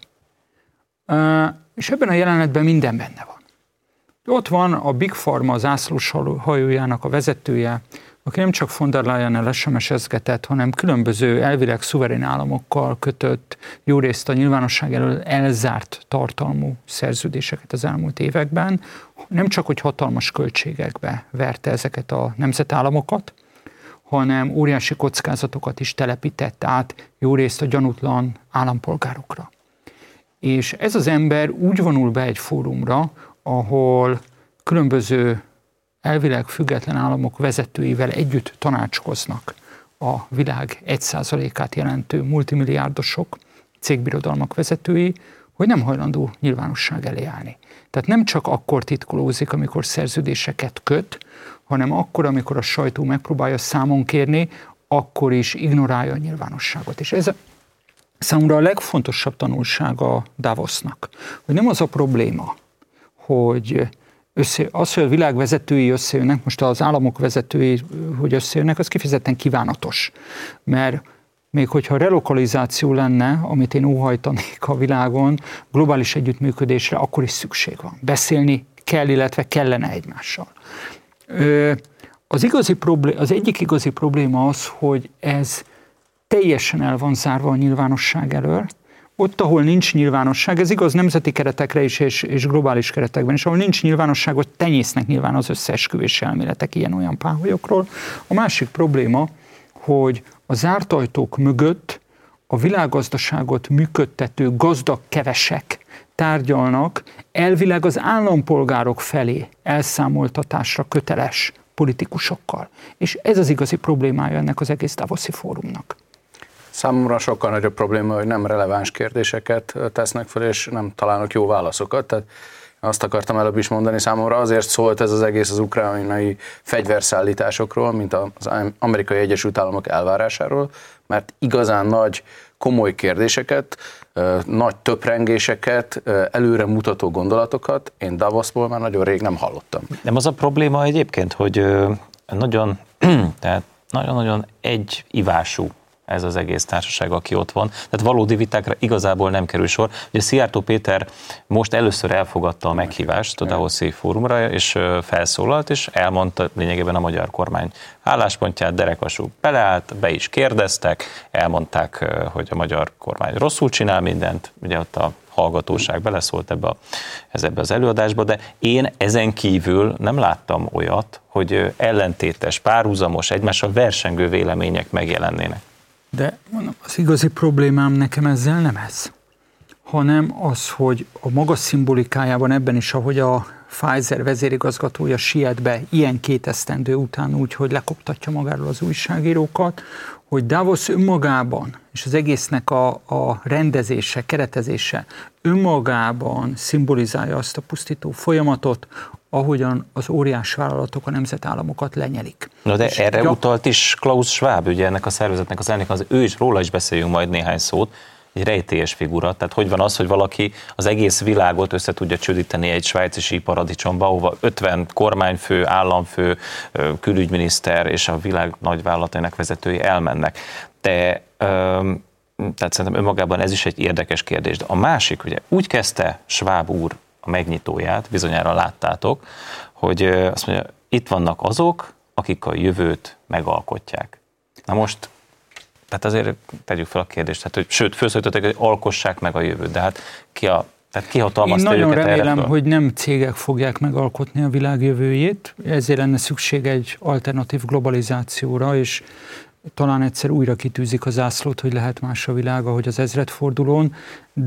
D: Uh, és ebben a jelenetben minden benne van. Ott van a Big Pharma zászlós hajójának a vezetője, aki nem csak von der Leyennel es em es-ezgetett, hanem különböző elvileg szuverén államokkal kötött, jó részt a nyilvánosság elől elzárt tartalmú szerződéseket az elmúlt években, nem csak, hogy hatalmas költségekbe verte ezeket a nemzetállamokat, hanem óriási kockázatokat is telepített át jó részt a gyanútlan állampolgárokra. És ez az ember úgy vonul be egy fórumra, ahol különböző elvileg független államok vezetőivel együtt tanácskoznak a világ egy százalékát jelentő multimilliárdosok, cégbirodalmak vezetői, hogy nem hajlandó nyilvánosság elé állni. Tehát nem csak akkor titkolózik, amikor szerződéseket köt, hanem akkor, amikor a sajtó megpróbálja számon kérni, akkor is ignorálja a nyilvánosságot. És ez a számomra a legfontosabb tanulsága Davosnak, hogy nem az a probléma, hogy Össze, az, hogy a világ vezetői összejönnek, most az államok vezetői, hogy összejönnek, az kifejezetten kívánatos. Mert még hogyha relokalizáció lenne, amit én óhajtanék a világon, globális együttműködésre, akkor is szükség van. Beszélni kell, illetve kellene egymással. Az, igazi problé- az egyik igazi probléma az, hogy ez teljesen el van zárva a nyilvánosság elől. Ott, ahol nincs nyilvánosság, ez igaz nemzeti keretekre is, és, és globális keretekben is, ahol nincs nyilvánosság, ott tenyésznek nyilván az összeesküvés elméletek ilyen-olyan páholyokról. A másik probléma, hogy a zárt ajtók mögött a világgazdaságot működtető gazdag kevesek tárgyalnak elvileg az állampolgárok felé elszámoltatásra köteles politikusokkal. És ez az igazi problémája ennek az egész Davoszi fórumnak.
C: Számomra sokkal nagyobb probléma, hogy nem releváns kérdéseket tesznek fel, és nem találnak jó válaszokat. Tehát azt akartam előbb is mondani, számomra azért szólt ez az egész az ukrajnai fegyverszállításokról, mint az Amerikai Egyesült Államok elvárásáról, mert igazán nagy, komoly kérdéseket, nagy töprengéseket, előre mutató gondolatokat én Davosból már nagyon rég nem hallottam.
A: Nem az a probléma egyébként, hogy nagyon, tehát nagyon-nagyon egyivású ez az egész társaság, aki ott van. Tehát valódi vitákra igazából nem kerül sor. Ugye Szijjártó Péter most először elfogadta a meghívást a Davoszi fórumra, és felszólalt, és elmondta lényegében a magyar kormány álláspontját, derekvasú beleállt, be is kérdeztek, elmondták, hogy a magyar kormány rosszul csinál mindent, ugye ott a hallgatóság beleszólt ebbe, a, ez ebbe az előadásba, de én ezen kívül nem láttam olyat, hogy ellentétes, párhuzamos, egymással versengő vélemények megjelennének.
D: De mondom, az igazi problémám nekem ezzel nem ez, hanem az, hogy a maga szimbolikájában ebben is, ahogy a Pfizer vezérigazgatója siet be ilyen két esztendő után úgy, hogy lekoptatja magáról az újságírókat, hogy Davos önmagában, és az egésznek a, a rendezése, keretezése önmagában szimbolizálja azt a pusztító folyamatot, ahogyan az óriás vállalatok a nemzetállamokat lenyelik.
A: Na de
D: és
A: erre
D: gyak...
A: utalt is Klaus Schwab, ugye ennek a szervezetnek az elnök, az ő is, róla is beszéljünk majd néhány szót, egy rejtélyes figura, tehát hogy van az, hogy valaki az egész világot össze tudja csődíteni egy svájci síparadicsomba, ahova ötven kormányfő, államfő, külügyminiszter és a világ nagyvállalatainak vezetői elmennek. De öm, tehát szerintem önmagában ez is egy érdekes kérdés. De a másik, ugye úgy kezdte Schwab úr a megnyitóját, bizonyára láttátok, hogy azt mondja, itt vannak azok, akik a jövőt megalkotják. Na most, tehát azért tegyük fel a kérdést, hát, hogy sőt, felszólítottak, hogy alkossák meg a jövőt, de hát ki a Tehát kihatalmazta
D: Én nagyon
A: őket
D: remélem,
A: erre,
D: hogy nem cégek fogják megalkotni a világ jövőjét, ezért lenne szükség egy alternatív globalizációra, és talán egyszer újra kitűzik a zászlót, hogy lehet más a világ, ahogy az ezredfordulón,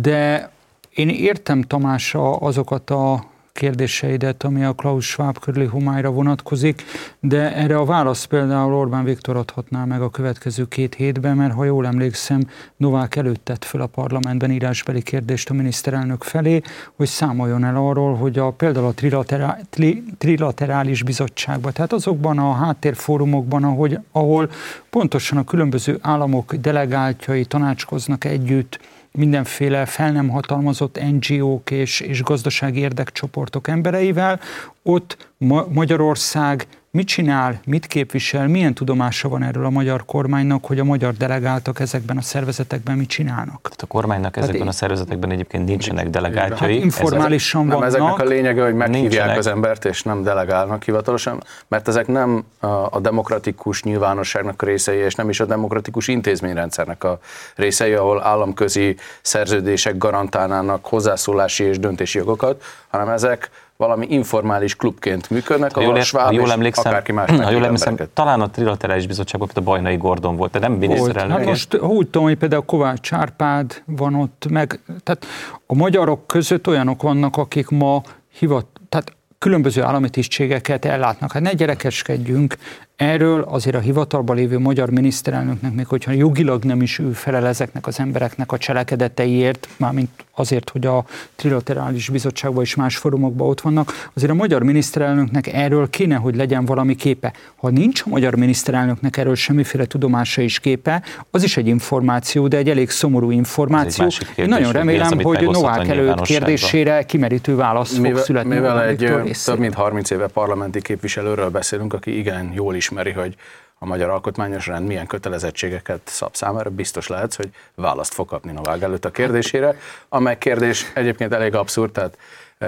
D: de én értem, Tamás, azokat a kérdéseidet, ami a Klaus Schwab körüli homályra vonatkozik, de erre a választ például Orbán Viktor adhatná meg a következő két hétben, mert ha jól emlékszem, Novák előtt tett föl a parlamentben írásbeli kérdést a miniszterelnök felé, hogy számoljon el arról, hogy a, például a trilaterá, tri, trilaterális bizottságban, tehát azokban a háttérfórumokban, ahogy, ahol pontosan a különböző államok delegáltjai tanácskoznak együtt, mindenféle fel nem hatalmazott en gé ók és, és gazdasági érdekcsoportok embereivel, ott Ma- Magyarország mit csinál, mit képvisel, milyen tudomása van erről a magyar kormánynak, hogy a magyar delegáltak ezekben a szervezetekben mit csinálnak?
A: Tehát a kormánynak ezekben hát a szervezetekben egyébként nincsenek delegáltjai.
D: Hát informálisan
C: ezek,
D: vannak.
C: Nem, ezeknek a lényege, hogy meghívják
A: nincsenek.
C: az embert, és nem delegálnak hivatalosan, mert ezek nem a, a demokratikus nyilvánosságnak a részei, és nem is a demokratikus intézményrendszernek a részei, ahol államközi szerződések garantálnának hozzászólási és döntési jogokat, hanem ezek valami informális klubként működnek,
A: ha
C: ahol
A: jól,
C: a Schwab
A: jól
C: és
A: emlékszem,
C: akárki más
A: ha jól emlékszem, talán a trilaterális bizottságban a Bajnai Gordon volt, de nem miniszterelnök.
D: Hát most úgy tudom, hogy például Kovács Árpád van ott, meg, tehát a magyarok között olyanok vannak, akik ma hivat, tehát különböző állami tisztségeket ellátnak. Hát ne gyerekeskedjünk, erről azért a hivatalban lévő magyar miniszterelnöknek, még hogyha jogilag nem is ő felel ezeknek az embereknek a cselekedeteiért, mármint azért, hogy a trilaterális bizottságban és más fórumokban ott vannak, azért a magyar miniszterelnöknek erről kéne, hogy legyen valami képe. Ha nincs a magyar miniszterelnöknek erről semmiféle tudomása és képe, az is egy információ, de egy elég szomorú információ. Kérdés, Én nagyon remélem, hogy, hogy Novák előtt kérdésére kimerítő választ fog
C: mivel,
D: születni.
C: Mivel egy több mint harminc éve parlamenti képviselőről beszélünk, aki igen jól ismeri, hogy a magyar alkotmányos rend milyen kötelezettségeket szab számára, biztos lehetsz, hogy választ fog kapni Novák előtt a kérdésére, amely kérdés egyébként elég abszurd, tehát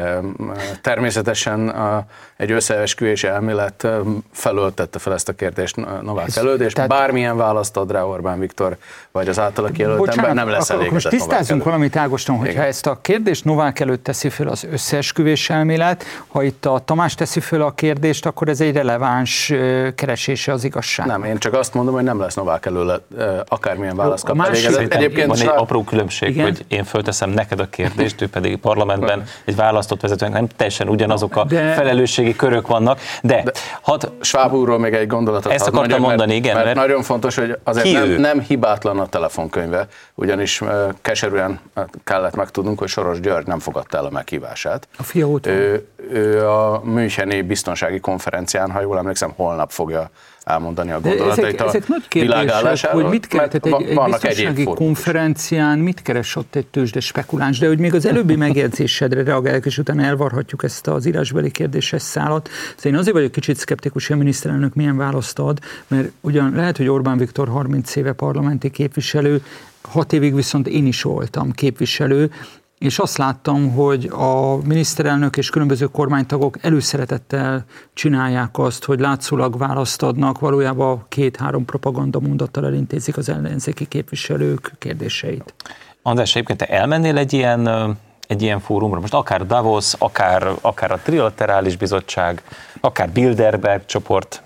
C: természetesen egy összeesküvés elmélet felöltette fel ezt a kérdést Novák előtt, és tehát bármilyen választ ad rá Orbán Viktor, vagy az általa kijelölt ember, nem lesz elégedett.
D: Most tisztázzunk valamit, Ágoston, hogyha Igen. ezt a kérdést Novák előtt teszi föl az összeesküvés elmélet, ha itt a Tamás teszi föl a kérdést, akkor ez egy releváns keresése az igazság.
C: Nem, én csak azt mondom, hogy nem lesz Novák előtt akármilyen választ kap.
A: Egyébként van egy apró különbség, Igen? hogy én fölteszem neked a kérdést, ő pedig parlamentben egy választott vezetőnek, nem teljesen ugyanazok a de, felelősségi körök vannak, de, de had,
C: Schwab úrról még egy gondolatot
A: ezt akartam mondjak, mondani,
C: mert,
A: igen.
C: Mert, mert nagyon fontos, hogy azért nem, nem hibátlan a telefonkönyve, ugyanis uh, keserűen kellett megtudnunk, hogy Soros György nem fogadta el a meghívását.
D: A fia ott
C: ő, ő a Müncheni biztonsági konferencián, ha jól emlékszem, holnap fogja elmondani a gondolatait
D: ezek, ezek
C: a világállásáról.
D: Hogy mit keresett egy, egy biztonsági konferencián, mit keres ott egy tőzsde spekuláns, de hogy még az előbbi megjegyzésedre reagálják, és utána elvarhatjuk ezt az írásbeli kérdéses szálat. Szóval én azért vagyok kicsit szkeptikus, hogy a miniszterelnök milyen választ ad, mert ugyan lehet, hogy Orbán Viktor harminc éve parlamenti képviselő, hat évig viszont én is voltam képviselő, és azt láttam, hogy a miniszterelnök és különböző kormánytagok előszeretettel csinálják azt, hogy látszólag választ adnak, valójában két-három propaganda mondattal elintézik az ellenzéki képviselők kérdéseit.
A: András, egyébként te elmennél egy ilyen, egy ilyen fórumra, most akár Davos, akár, akár a Trilaterális Bizottság, akár Bilderberg csoport,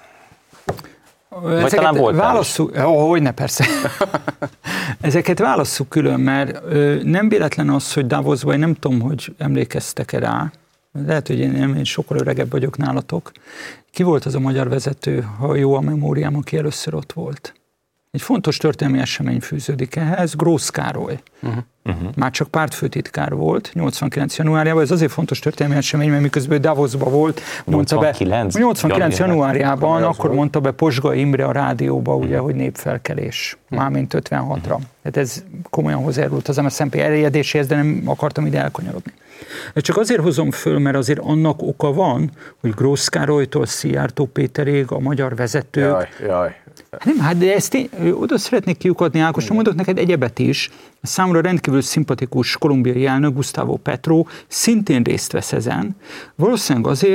A: vagy talán voltál
D: válasszuk, oh, hogyne, persze. Ezeket válasszuk külön, mert ö, nem véletlen az, hogy Davosban, én nem tudom, hogy emlékeztek-e rá, lehet, hogy én, én sokkal öregebb vagyok nálatok. Ki volt az a magyar vezető, ha jó a memóriám, aki először ott volt? Egy fontos történelmi esemény fűződik ehhez, Grósz Károly. Uh-huh. Uh-huh. Már csak pártfőtitkár volt, nyolcvankilenc januárjában, ez azért fontos történelmi esemény, mert miközben Davosban volt, mondta
A: nyolcvankilenc,
D: be, nyolcvankilenc januárjában, akkor volt. Mondta be Posgai Imre a rádióba, ugye, hogy népfelkelés, uh-huh. mármint ötvenhatra. Tehát ez komolyan hozzájárult az em es zé en pé elterjedéséhez, de nem akartam ide elkanyarodni. Csak azért hozom föl, mert azért annak oka van, hogy Grósz Károlytól Szijjártó Péterig a magyar vezetők.
C: Jaj, jaj.
D: Nem, hát de ezt én oda szeretnék kiukadni, Ákos, mondok neked egyebet is. Számomra rendkívül szimpatikus kolumbiai elnök Gustavo Petro szintén részt vesz ezen. Valószínűleg azért,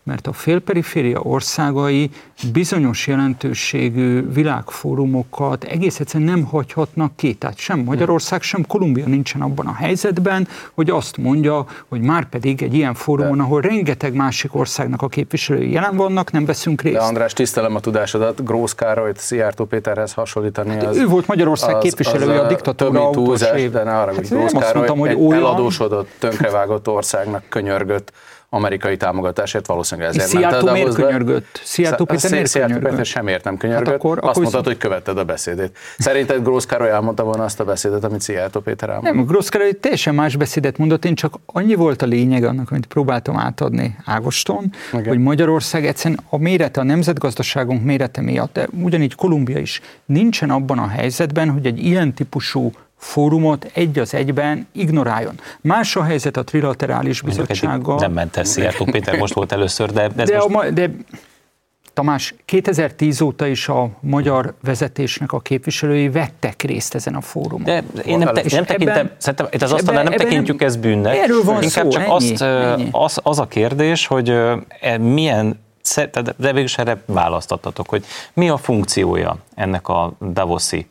D: mert a félperiféria országai bizonyos jelentőségű világfórumokat egész egyszerűen nem hagyhatnak ki. Tehát sem Magyarország, sem Kolumbia nincsen abban a helyzetben, hogy azt mondja, hogy már pedig egy ilyen fórumon, ahol rengeteg másik országnak a képviselői jelen vannak, nem veszünk részt.
C: De András, tisztelem a tudásodat, Grósz Károlyt Szijjártó Péterhez hasonlítani. Hát
D: az, ő volt Magyarország az, képviselője az a diktatúra utolsó év.
C: De ne arra, hogy Grósz Károly mondtam, egy olyan... eladósodott, tönkrevágott országnak könyörgött amerikai támogatásért, valószínűleg ezért ment
D: el Davosba. Miért könyörgött? Szijjártó Péter miért
C: könyörgött? Péter semmiért nem könyörgött. Hát akkor, azt akkor mondtad, hogy követted a beszédét. Szerinted Grósz Károly elmondta volna azt a beszédet, amit Szijjártó Péter elmondta?
D: Nem, Grósz Károly teljesen más beszédet mondott, én csak annyi volt a lényeg annak, amit próbáltam átadni Ágoston, okay. hogy Magyarország egyszerűen a mérete, a nemzetgazdaságunk mérete miatt, de ugyanígy Kolumbia is nincsen abban a helyzetben, hogy egy ilyen típusú fórumot egy az egyben ignoráljon. Más a helyzet a trilaterális bizottsággal.
A: Nem ment el Szijjártó Péter, most volt először, de... Ez
D: de,
A: most...
D: a, de Tamás, kétezer-tíz óta is a magyar vezetésnek a képviselői vettek részt ezen a fórumon.
A: De én nem, te, nem tekintem, szerintem itt az asztalnál nem tekintjük ezt bűnnek.
D: Erről van
A: Inkább
D: szó,
A: csak
D: ennyi,
A: azt,
D: ennyi.
A: Az, az a kérdés, hogy milyen, de végülis erre választattatok, hogy mi a funkciója ennek a davoszi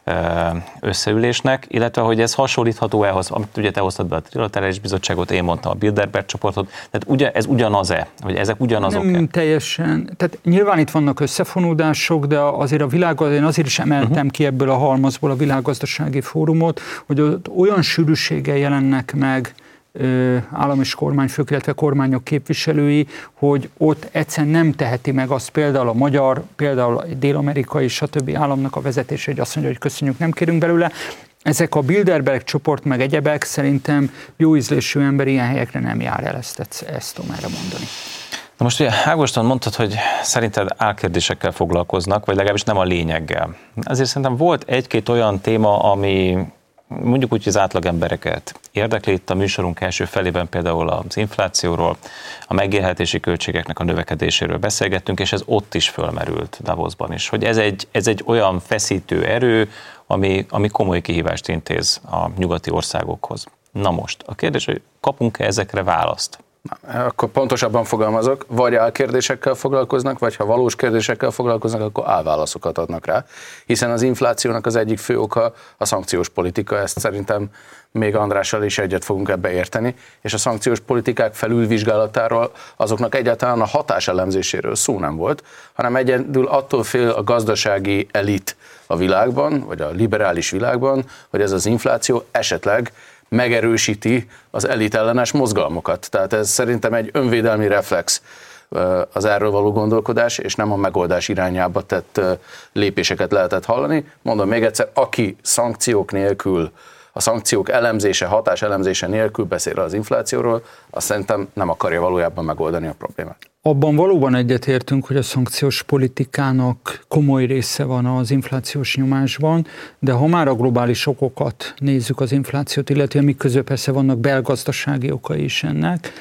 A: összeülésnek, illetve hogy ez hasonlítható ehhoz, amit ugye te hoztad be a trilaterális bizottságot, én mondtam a Bilderberg csoportot, tehát ugye ez ugyanaz-e, hogy ezek ugyanazok-e?
D: Nem teljesen, tehát nyilván itt vannak összefonódások, de azért a világ, én azért is emeltem uh-huh. ki ebből a halmazból a világgazdasági fórumot, hogy ott olyan sűrűséggel jelennek meg állam és kormányfők, illetve kormányok képviselői, hogy ott egyszerűen nem teheti meg azt például a magyar, például a dél-amerikai, stb. Államnak a vezetése, hogy azt mondja, hogy köszönjük, nem kérünk belőle. Ezek a Bilderberg csoport meg egyebek szerintem jó ízlésű ember ilyen helyekre nem jár el, ezt, ezt tudom erre mondani.
A: Na most ugye Ágoston mondtad, hogy szerinted álkérdésekkel foglalkoznak, vagy legalábbis nem a lényeggel. Ezért szerintem volt egy-két olyan téma, ami mondjuk úgy, hogy az átlagembereket érdekli. Itt a műsorunk első felében például az inflációról, a megélhetési költségeknek a növekedéséről beszélgettünk, és ez ott is fölmerült Davosban is, hogy ez egy, ez egy olyan feszítő erő, ami, ami komoly kihívást intéz a nyugati országokhoz. Na most, a kérdés, hogy kapunk-e ezekre választ?
C: Akkor pontosabban fogalmazok, vagy álkérdésekkel foglalkoznak, vagy ha valós kérdésekkel foglalkoznak, akkor álválaszokat adnak rá. Hiszen az inflációnak az egyik fő oka a szankciós politika, ezt szerintem még Andrással is egyet fogunk ebbe érteni, és a szankciós politikák felülvizsgálatáról, azoknak egyáltalán a hatáselemzéséről szó nem volt, hanem egyedül attól fél a gazdasági elit a világban, vagy a liberális világban, hogy ez az infláció esetleg megerősíti az elit ellenes mozgalmokat. Tehát ez szerintem egy önvédelmi reflex az erről való gondolkodás, és nem a megoldás irányába tett lépéseket lehetett hallani. Mondom még egyszer, aki szankciók nélkül, a szankciók elemzése, hatás elemzése nélkül beszél az inflációról, azt szerintem nem akarja valójában megoldani a problémát.
D: Abban valóban egyetértünk, hogy a szankciós politikának komoly része van az inflációs nyomásban, de ha már a globális okokat nézzük az inflációt, illetve amik közül persze vannak belgazdasági okai is ennek,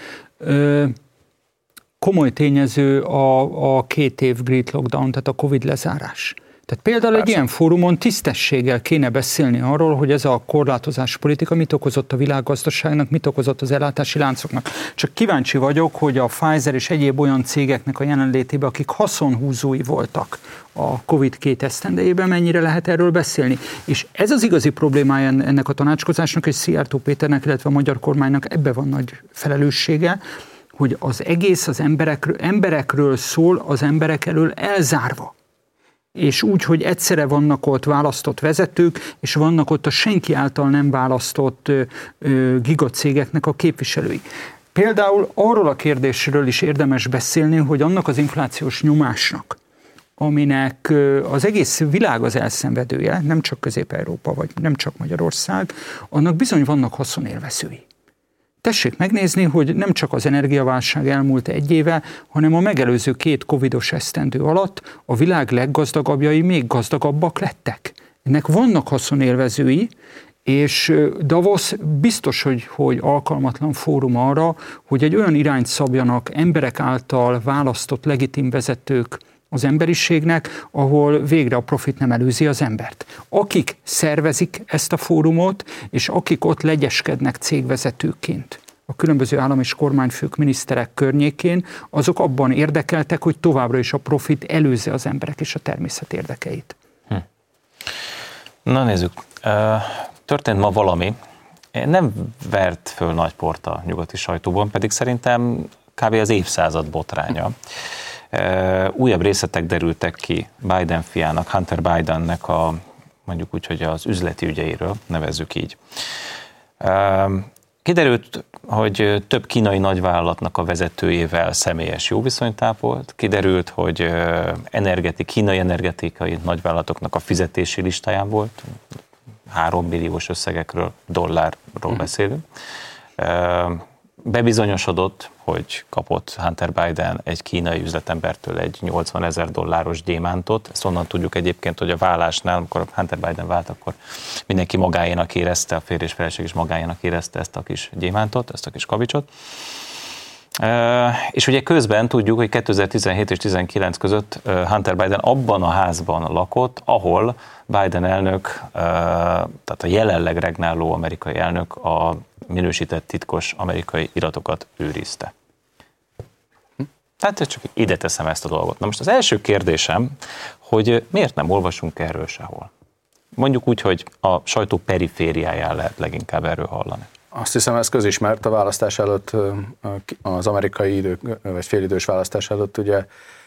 D: komoly tényező a, a két év Great Lockdown, tehát a Covid lezárás. Tehát például Persze. egy ilyen fórumon tisztességgel kéne beszélni arról, hogy ez a korlátozás politika mit okozott a világgazdaságnak, mit okozott az ellátási láncoknak. Csak kíváncsi vagyok, hogy a Pfizer és egyéb olyan cégeknek a jelenlétében, akik haszonhúzói voltak a Covid két esztendejében, mennyire lehet erről beszélni. És ez az igazi problémája ennek a tanácskozásnak, és Szijjártó Péternek, illetve a magyar kormánynak ebbe van nagy felelőssége, hogy az egész az emberekről, emberekről szól, az emberek elől elzárva. És úgy, hogy egyszerre vannak ott választott vezetők, és vannak ott a senki által nem választott ö, ö, gigacégeknek a képviselői. Például arról a kérdésről is érdemes beszélni, hogy annak az inflációs nyomásnak, aminek az egész világ az elszenvedője, nem csak Közép-Európa, vagy nem csak Magyarország, annak bizony vannak haszonélvezői. Tessék megnézni, hogy nem csak az energiaválság elmúlt egy éve, hanem a megelőző két covidos esztendő alatt a világ leggazdagabbjai még gazdagabbak lettek. Ennek vannak haszonélvezői, és Davos biztos, hogy, hogy alkalmatlan fórum arra, hogy egy olyan irányt szabjanak emberek által választott legitim vezetők az emberiségnek, ahol végre a profit nem előzi az embert. Akik szervezik ezt a fórumot, és akik ott legyeskednek cégvezetőként a különböző állam és kormányfők, miniszterek környékén, azok abban érdekeltek, hogy továbbra is a profit előzze az emberek és a természet érdekeit. Hm.
A: Na nézzük, történt ma valami, nem vert föl nagy port a nyugati sajtóban, pedig szerintem kb. Az évszázad botránya. Újabb részletek derültek ki Biden fiának, Hunter Bidennek a, mondjuk úgy, hogy az üzleti ügyeiről, nevezzük így. Kiderült, hogy több kínai nagyvállalatnak a vezetőjével személyes jó viszonyt ápolt. Kiderült, hogy energetik, kínai energetikai nagyvállalatoknak a fizetési listáján volt. Három milliós összegekről, dollárról beszélünk. Bebizonyosodott, hogy kapott Hunter Biden egy kínai üzletembertől egy nyolcvanezer dolláros gyémántot. Ezt onnan tudjuk egyébként, hogy a vállásnál, amikor Hunter Biden vált, akkor mindenki magáénak érezte, a férj és feleség is magáénak érezte ezt a kis gyémántot, ezt a kis kavicsot. És ugye közben tudjuk, hogy kétezer-tizenhét és tizenkilenc között Hunter Biden abban a házban lakott, ahol Biden elnök, tehát a jelenleg regnáló amerikai elnök a minősített titkos amerikai iratokat őrizte. Tehát csak ide teszem ezt a dolgot. Na most az első kérdésem, hogy miért nem olvasunk erről sehol? Mondjuk úgy, hogy a sajtó perifériáján lehet leginkább erről hallani.
C: Azt hiszem, ez közismert a választás előtt, az amerikai idő, vagy félidős választás előtt ugye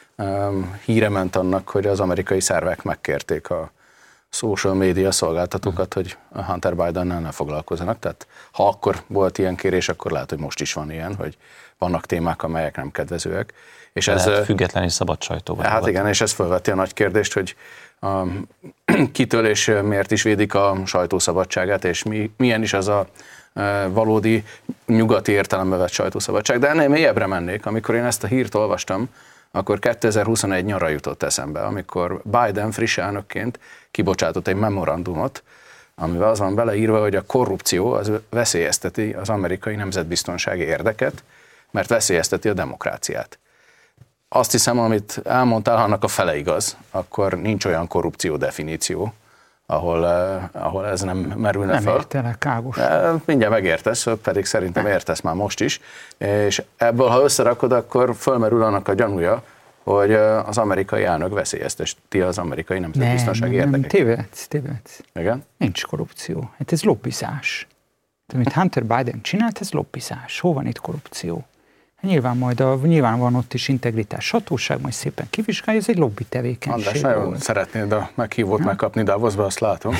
C: híre ment annak, hogy az amerikai szervek megkérték a social media szolgáltatókat, hogy a Hunter Bidennel ne foglalkozzanak. Tehát ha akkor volt ilyen kérés, akkor lehet, hogy most is van ilyen, hogy vannak témák, amelyek nem kedvezőek. És ez
A: független és szabad sajtóban.
C: Hát igen, és ez felveti a nagy kérdést, hogy a, kitől és miért is védik a sajtószabadságát, és mi, milyen is az a valódi nyugati értelembe vett sajtószabadság. De ennél mélyebbre mennék. Amikor én ezt a hírt olvastam, akkor kétezer-huszonegy nyara jutott eszembe, amikor Biden friss elnökként kibocsátott egy memorandumot, amivel az van beleírva, hogy a korrupció az veszélyezteti az amerikai nemzetbiztonsági érdeket, mert veszélyezteti a demokráciát. Azt hiszem, amit elmondtál, ha annak a fele igaz, akkor nincs olyan korrupció definíció, ahol, uh, ahol ez nem merülne
D: nem
C: fel.
D: Nem értelek, Ágos.
C: Uh, mindjárt megértesz, pedig szerintem értesz már most is. És ebből, ha összerakod, akkor fölmerül annak a gyanúja, hogy uh, az amerikai elnök veszélyezteti az amerikai nemzetbiztonsági érdekeket.
D: Nem, tévedsz, tévedsz.
C: Igen?
D: Nincs korrupció. Hát ez lobbizás. Amit Hunter Biden csinált, ez lobbizás. Hol van itt korrupció? Nyilván majd a, nyilván van ott is integritás, hatóság, majd szépen kivizsgálja, ez egy lobby tevékenység.
C: András, nagyon volt. Szeretnéd a meghívót ha? megkapni Davosba, azt látom.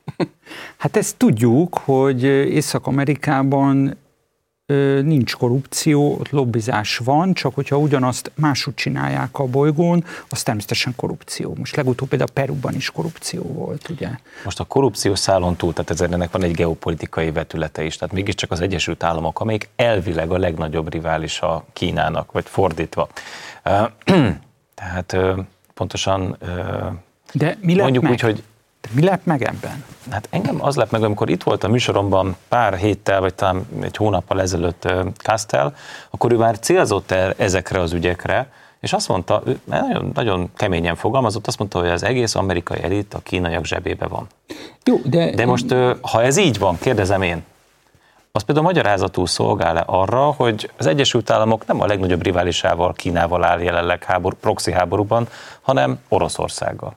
D: Hát ezt tudjuk, hogy Észak-Amerikában ö, nincs korrupció, ott lobbizás van, csak hogyha ugyanazt máshogy csinálják a bolygón, az természetesen korrupció. Most legutóbb például Peruban is korrupció volt, ugye?
A: Most a korrupció szálon túl, tehát ezzel ennek van egy geopolitikai vetülete is, tehát mégiscsak az Egyesült Államok, amelyik elvileg a legnagyobb riválisa Kínának, vagy fordítva. Tehát pontosan
D: De mi
A: mondjuk
D: meg?
A: úgy, hogy
D: De mi lep meg ebben?
A: Hát engem az lep meg, amikor itt volt a műsoromban pár héttel, vagy talán egy hónappal ezelőtt Kastel, akkor ő már célzott el ezekre az ügyekre, és azt mondta, ő nagyon, nagyon keményen fogalmazott, azt mondta, hogy az egész amerikai elit a kínaiak zsebébe van.
D: Jó, de...
A: de most, ha ez így van, kérdezem én, az például magyarázatul szolgál-e arra, hogy az Egyesült Államok nem a legnagyobb riválisával, Kínával áll jelenleg háború, proxy háborúban, hanem Oroszországgal?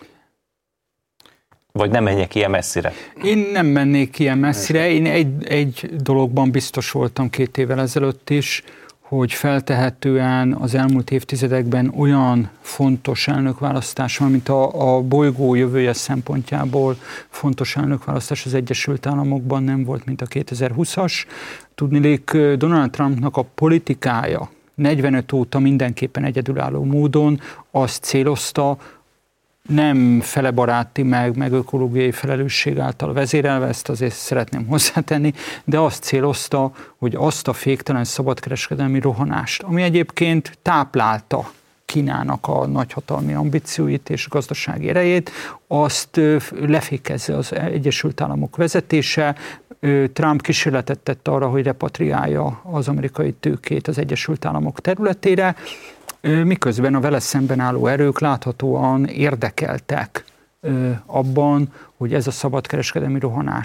A: Vagy nem menjek ilyen messzire?
D: Én nem mennék ilyen messzire. Én egy, egy dologban biztos voltam két évvel ezelőtt is, hogy feltehetően az elmúlt évtizedekben olyan fontos elnökválasztás van, mint a, a bolygó jövője szempontjából fontos elnökválasztás az Egyesült Államokban nem volt, mint a kétezer-húszas. Tudniillik, Donald Trumpnak a politikája negyvenöt óta mindenképpen egyedülálló módon azt célozta, nem felebaráti meg, meg ökológiai felelősség által vezérelve, ezt azért szeretném hozzátenni, de azt célozta, hogy azt a féktelen szabadkereskedelmi rohanást, ami egyébként táplálta Kínának a nagyhatalmi ambícióit és gazdasági erejét, azt lefékezze az Egyesült Államok vezetése. Trump kísérletet tett arra, hogy repatriálja az amerikai tőkét az Egyesült Államok területére, miközben a vele szemben álló erők láthatóan érdekeltek abban, hogy ez a szabadkereskedelmi rohanás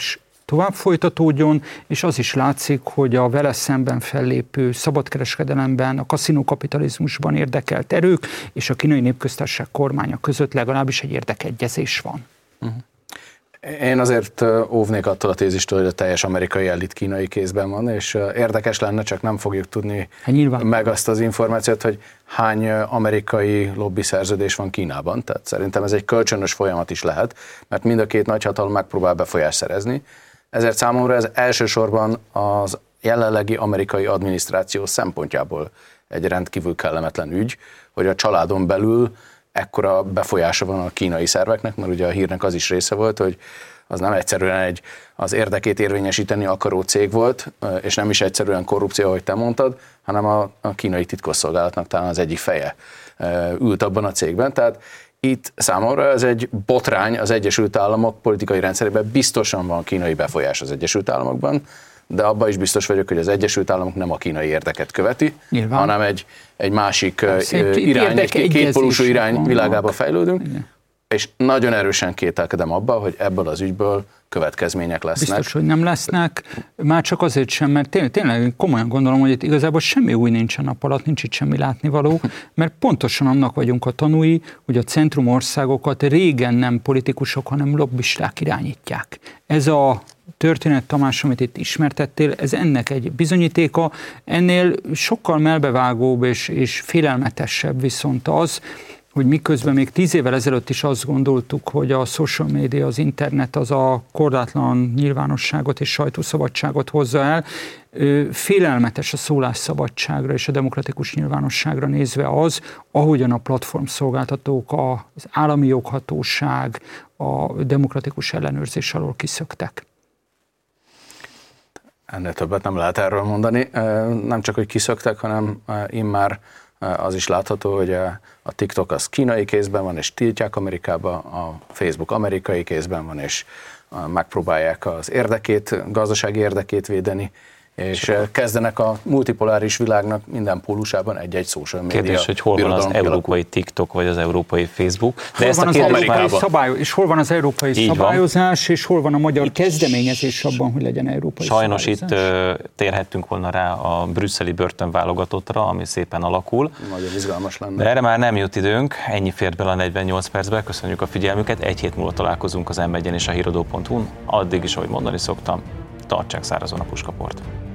D: tovább folytatódjon, és az is látszik, hogy a vele szemben fellépő szabadkereskedelemben, a kaszinókapitalizmusban érdekelt erők és a Kínai Népköztársaság kormánya között legalábbis egy érdekegyezés van.
C: Uh-huh. Én azért óvnék attól a tézistől, hogy a teljes amerikai elit kínai kézben van, és érdekes lenne, csak nem fogjuk tudni hát meg azt az információt, hogy hány amerikai lobby szerződés van Kínában. Tehát szerintem ez egy kölcsönös folyamat is lehet, mert mind a két nagyhatalom megpróbál befolyást szerezni. Ezért számomra ez elsősorban az jelenlegi amerikai adminisztráció szempontjából egy rendkívül kellemetlen ügy, hogy a családon belül ekkora befolyása van a kínai szerveknek, mert ugye a hírnek az is része volt, hogy az nem egyszerűen egy az érdekét érvényesíteni akaró cég volt, és nem is egyszerűen korrupció, ahogy te mondtad, hanem a, a kínai titkosszolgálatnak talán az egyik feje ült abban a cégben. Tehát itt számomra ez egy botrány az Egyesült Államok politikai rendszerében, biztosan van kínai befolyás az Egyesült Államokban, de abban is biztos vagyok, hogy az Egyesült Államok nem a kínai érdeket követi, nyilván, hanem egy, egy másik Szép, irány, egy kétpólusú irány vannak. Világába fejlődünk, igen. És nagyon erősen kételkedem abba, hogy ebből az ügyből következmények lesznek.
D: Biztos, hogy nem lesznek, már csak azért sem, mert tényleg, tényleg komolyan gondolom, hogy itt igazából semmi új nincsen nap alatt, nincs itt semmi látnivaló, mert pontosan annak vagyunk a tanúi, hogy a centrumországokat régen nem politikusok, hanem lobbisták irányítják. Ez a történet, Tamás, amit itt ismertettél, ez ennek egy bizonyítéka, ennél sokkal melbevágóbb és, és félelmetesebb viszont az, hogy miközben még tíz évvel ezelőtt is azt gondoltuk, hogy a social media, az internet az a korlátlan nyilvánosságot és sajtószabadságot hozza el, félelmetes a szólásszabadságra és a demokratikus nyilvánosságra nézve az, ahogyan a platformszolgáltatók, az állami joghatóság, a demokratikus ellenőrzés alól kiszöktek.
C: Ennél többet nem lehet erről mondani. Nem csak, hogy kiszöktek, hanem immár az is látható, hogy a TikTok az kínai kézben van, és tiltják Amerikába, a Facebook amerikai kézben van, és megpróbálják az érdekét, gazdasági érdekét védeni, és kezdenek a multipoláris világnak minden pólusában egy-egy social media.
A: Kérdés, hogy hol van az európai TikTok vagy az európai Facebook. De
D: hol
A: ezt
D: van
A: a
D: az európai szabály, és hol van az európai
A: így
D: szabályozás, van. És hol van a magyar
A: itt
D: kezdeményezés abban, hogy legyen európai
A: sajnos
D: szabályozás?
A: Sajnos itt uh, térhettünk volna rá a brüsszeli börtönválogatottra, ami szépen alakul.
C: Nagyon izgalmas lenne.
A: De erre már nem jut időnk, ennyi fért bele a negyvennyolc percbe, köszönjük a figyelmüket, egy hét múlva találkozunk az em egyen és a híradó pont hu-n, addig is, ahogy mondani szoktam, tartsák szárazon a puskaport.